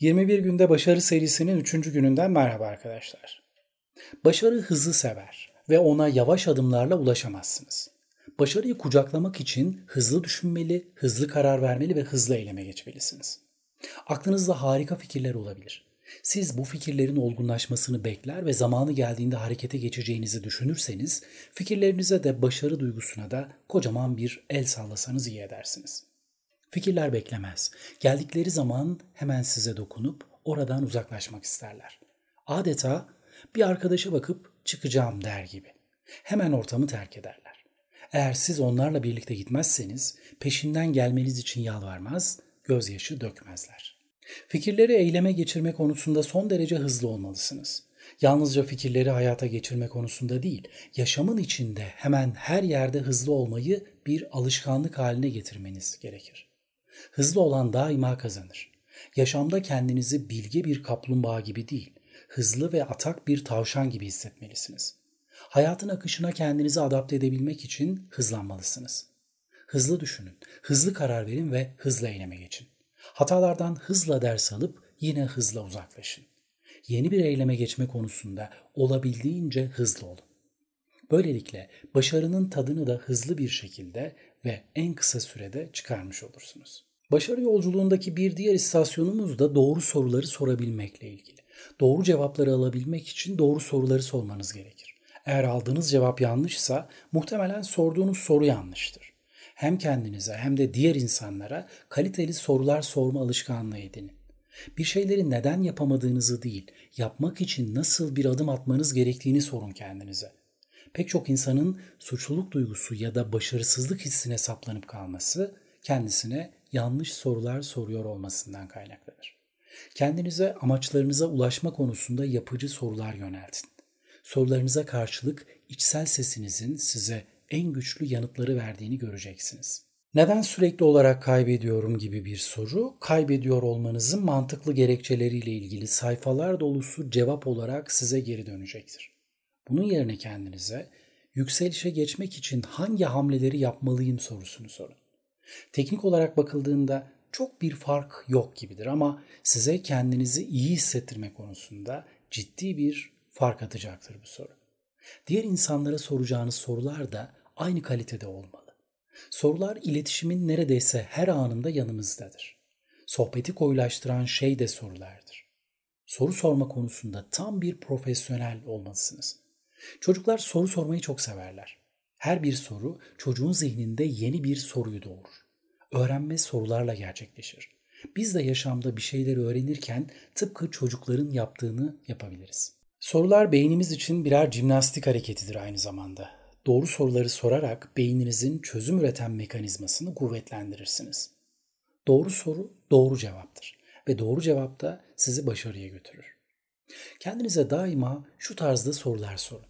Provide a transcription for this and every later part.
21 günde başarı serisinin 3. gününden merhaba arkadaşlar. Başarı hızı sever ve ona yavaş adımlarla ulaşamazsınız. Başarıyı kucaklamak için hızlı düşünmeli, hızlı karar vermeli ve hızlı eyleme geçmelisiniz. Aklınızda harika fikirler olabilir. Siz bu fikirlerin olgunlaşmasını bekler ve zamanı geldiğinde harekete geçeceğinizi düşünürseniz, fikirlerinize de başarı duygusuna da kocaman bir el sallasanız iyi edersiniz. Fikirler beklemez. Geldikleri zaman hemen size dokunup oradan uzaklaşmak isterler. Adeta bir arkadaşa bakıp çıkacağım der gibi. Hemen ortamı terk ederler. Eğer siz onlarla birlikte gitmezseniz peşinden gelmeniz için yalvarmaz, gözyaşı dökmezler. Fikirleri eyleme geçirme konusunda son derece hızlı olmalısınız. Yalnızca fikirleri hayata geçirme konusunda değil, yaşamın içinde hemen her yerde hızlı olmayı bir alışkanlık haline getirmeniz gerekir. Hızlı olan daima kazanır. Yaşamda kendinizi bilge bir kaplumbağa gibi değil, hızlı ve atak bir tavşan gibi hissetmelisiniz. Hayatın akışına kendinizi adapte edebilmek için hızlanmalısınız. Hızlı düşünün, hızlı karar verin ve hızlı eyleme geçin. Hatalardan hızla ders alıp yine hızla uzaklaşın. Yeni bir eyleme geçme konusunda olabildiğince hızlı olun. Böylelikle başarının tadını da hızlı bir şekilde ve en kısa sürede çıkarmış olursunuz. Başarı yolculuğundaki bir diğer istasyonumuz da doğru soruları sorabilmekle ilgili. Doğru cevapları alabilmek için doğru soruları sormanız gerekir. Eğer aldığınız cevap yanlışsa muhtemelen sorduğunuz soru yanlıştır. Hem kendinize hem de diğer insanlara kaliteli sorular sorma alışkanlığı edinin. Bir şeyleri neden yapamadığınızı değil, yapmak için nasıl bir adım atmanız gerektiğini sorun kendinize. Pek çok insanın suçluluk duygusu ya da başarısızlık hissine saplanıp kalması kendisine yanlış sorular soruyor olmasından kaynaklanır. Kendinize amaçlarınıza ulaşma konusunda yapıcı sorular yöneltin. Sorularınıza karşılık içsel sesinizin size en güçlü yanıtları verdiğini göreceksiniz. Neden sürekli olarak kaybediyorum gibi bir soru, kaybediyor olmanızın mantıklı gerekçeleriyle ilgili sayfalar dolusu cevap olarak size geri dönecektir. Bunun yerine kendinize yükselişe geçmek için hangi hamleleri yapmalıyım sorusunu sorun. Teknik olarak bakıldığında çok bir fark yok gibidir ama size kendinizi iyi hissettirme konusunda ciddi bir fark atacaktır bu soru. Diğer insanlara soracağınız sorular da aynı kalitede olmalı. Sorular iletişimin neredeyse her anında yanımızdadır. Sohbeti koyulaştıran şey de sorulardır. Soru sorma konusunda tam bir profesyonel olmalısınız. Çocuklar soru sormayı çok severler. Her bir soru çocuğun zihninde yeni bir soruyu doğurur. Öğrenme sorularla gerçekleşir. Biz de yaşamda bir şeyleri öğrenirken tıpkı çocukların yaptığını yapabiliriz. Sorular beynimiz için birer jimnastik hareketidir aynı zamanda. Doğru soruları sorarak beyninizin çözüm üreten mekanizmasını kuvvetlendirirsiniz. Doğru soru doğru cevaptır ve doğru cevap da sizi başarıya götürür. Kendinize daima şu tarzda sorular sorun.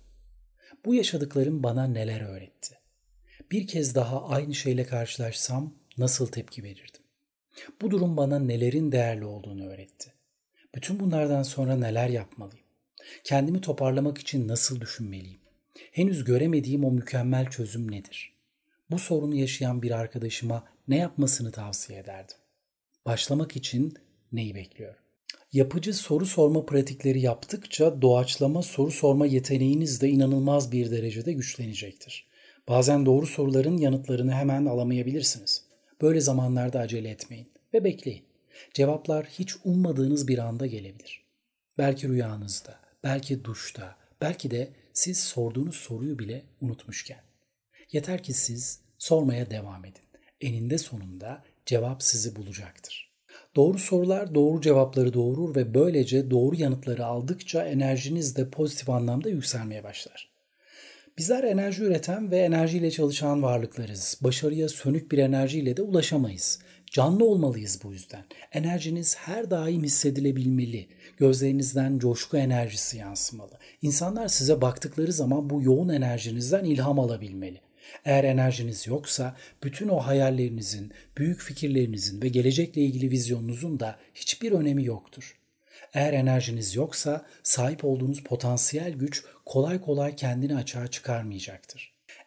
Bu yaşadıklarım bana neler öğretti? Bir kez daha aynı şeyle karşılaşsam nasıl tepki verirdim? Bu durum bana nelerin değerli olduğunu öğretti. Bütün bunlardan sonra neler yapmalıyım? Kendimi toparlamak için nasıl düşünmeliyim? Henüz göremediğim o mükemmel çözüm nedir? Bu sorunu yaşayan bir arkadaşıma ne yapmasını tavsiye ederdim? Başlamak için neyi bekliyorum? Yapıcı soru sorma pratikleri yaptıkça doğaçlama soru sorma yeteneğiniz de inanılmaz bir derecede güçlenecektir. Bazen doğru soruların yanıtlarını hemen alamayabilirsiniz. Böyle zamanlarda acele etmeyin ve bekleyin. Cevaplar hiç ummadığınız bir anda gelebilir. Belki rüyanızda, belki duşta, belki de siz sorduğunuz soruyu bile unutmuşken. Yeter ki siz sormaya devam edin. Eninde sonunda cevap sizi bulacaktır. Doğru sorular doğru cevapları doğurur ve böylece doğru yanıtları aldıkça enerjiniz de pozitif anlamda yükselmeye başlar. Bizler enerji üreten ve enerjiyle çalışan varlıklarız. Başarıya sönük bir enerjiyle de ulaşamayız. Canlı olmalıyız bu yüzden. Enerjiniz her daim hissedilebilmeli. Gözlerinizden coşku enerjisi yansımalı. İnsanlar size baktıkları zaman bu yoğun enerjinizden ilham alabilmeli. Eğer enerjiniz yoksa bütün o hayallerinizin, büyük fikirlerinizin ve gelecekle ilgili vizyonunuzun da hiçbir önemi yoktur. Eğer enerjiniz yoksa sahip olduğunuz potansiyel güç kolay kolay kendini açığa çıkarmayacaktır.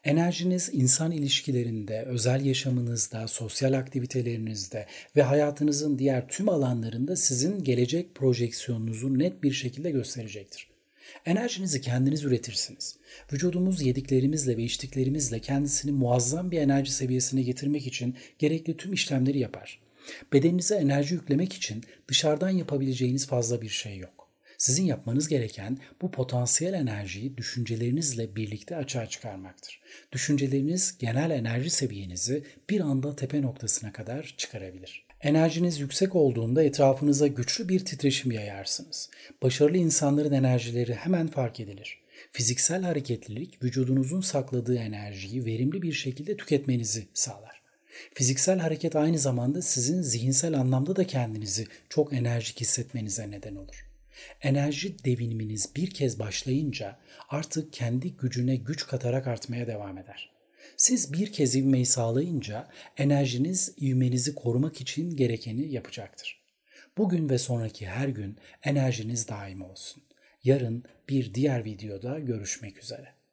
Enerjiniz insan ilişkilerinde, özel yaşamınızda, sosyal aktivitelerinizde ve hayatınızın diğer tüm alanlarında sizin gelecek projeksiyonunuzu net bir şekilde gösterecektir. Enerjinizi kendiniz üretirsiniz. Vücudumuz yediklerimizle ve içtiklerimizle kendisini muazzam bir enerji seviyesine getirmek için gerekli tüm işlemleri yapar. Bedeninize enerji yüklemek için dışarıdan yapabileceğiniz fazla bir şey yok. Sizin yapmanız gereken bu potansiyel enerjiyi düşüncelerinizle birlikte açığa çıkarmaktır. Düşünceleriniz genel enerji seviyenizi bir anda tepe noktasına kadar çıkarabilir. Enerjiniz yüksek olduğunda etrafınıza güçlü bir titreşim yayarsınız. Başarılı insanların enerjileri hemen fark edilir. Fiziksel hareketlilik vücudunuzun sakladığı enerjiyi verimli bir şekilde tüketmenizi sağlar. Fiziksel hareket aynı zamanda sizin zihinsel anlamda da kendinizi çok enerjik hissetmenize neden olur. Enerji deviniminiz bir kez başlayınca artık kendi gücüne güç katarak artmaya devam eder. Siz bir kez ivmeyi sağlayınca enerjiniz ivmenizi korumak için gerekeni yapacaktır. Bugün ve sonraki her gün enerjiniz daim olsun. Yarın bir diğer videoda görüşmek üzere.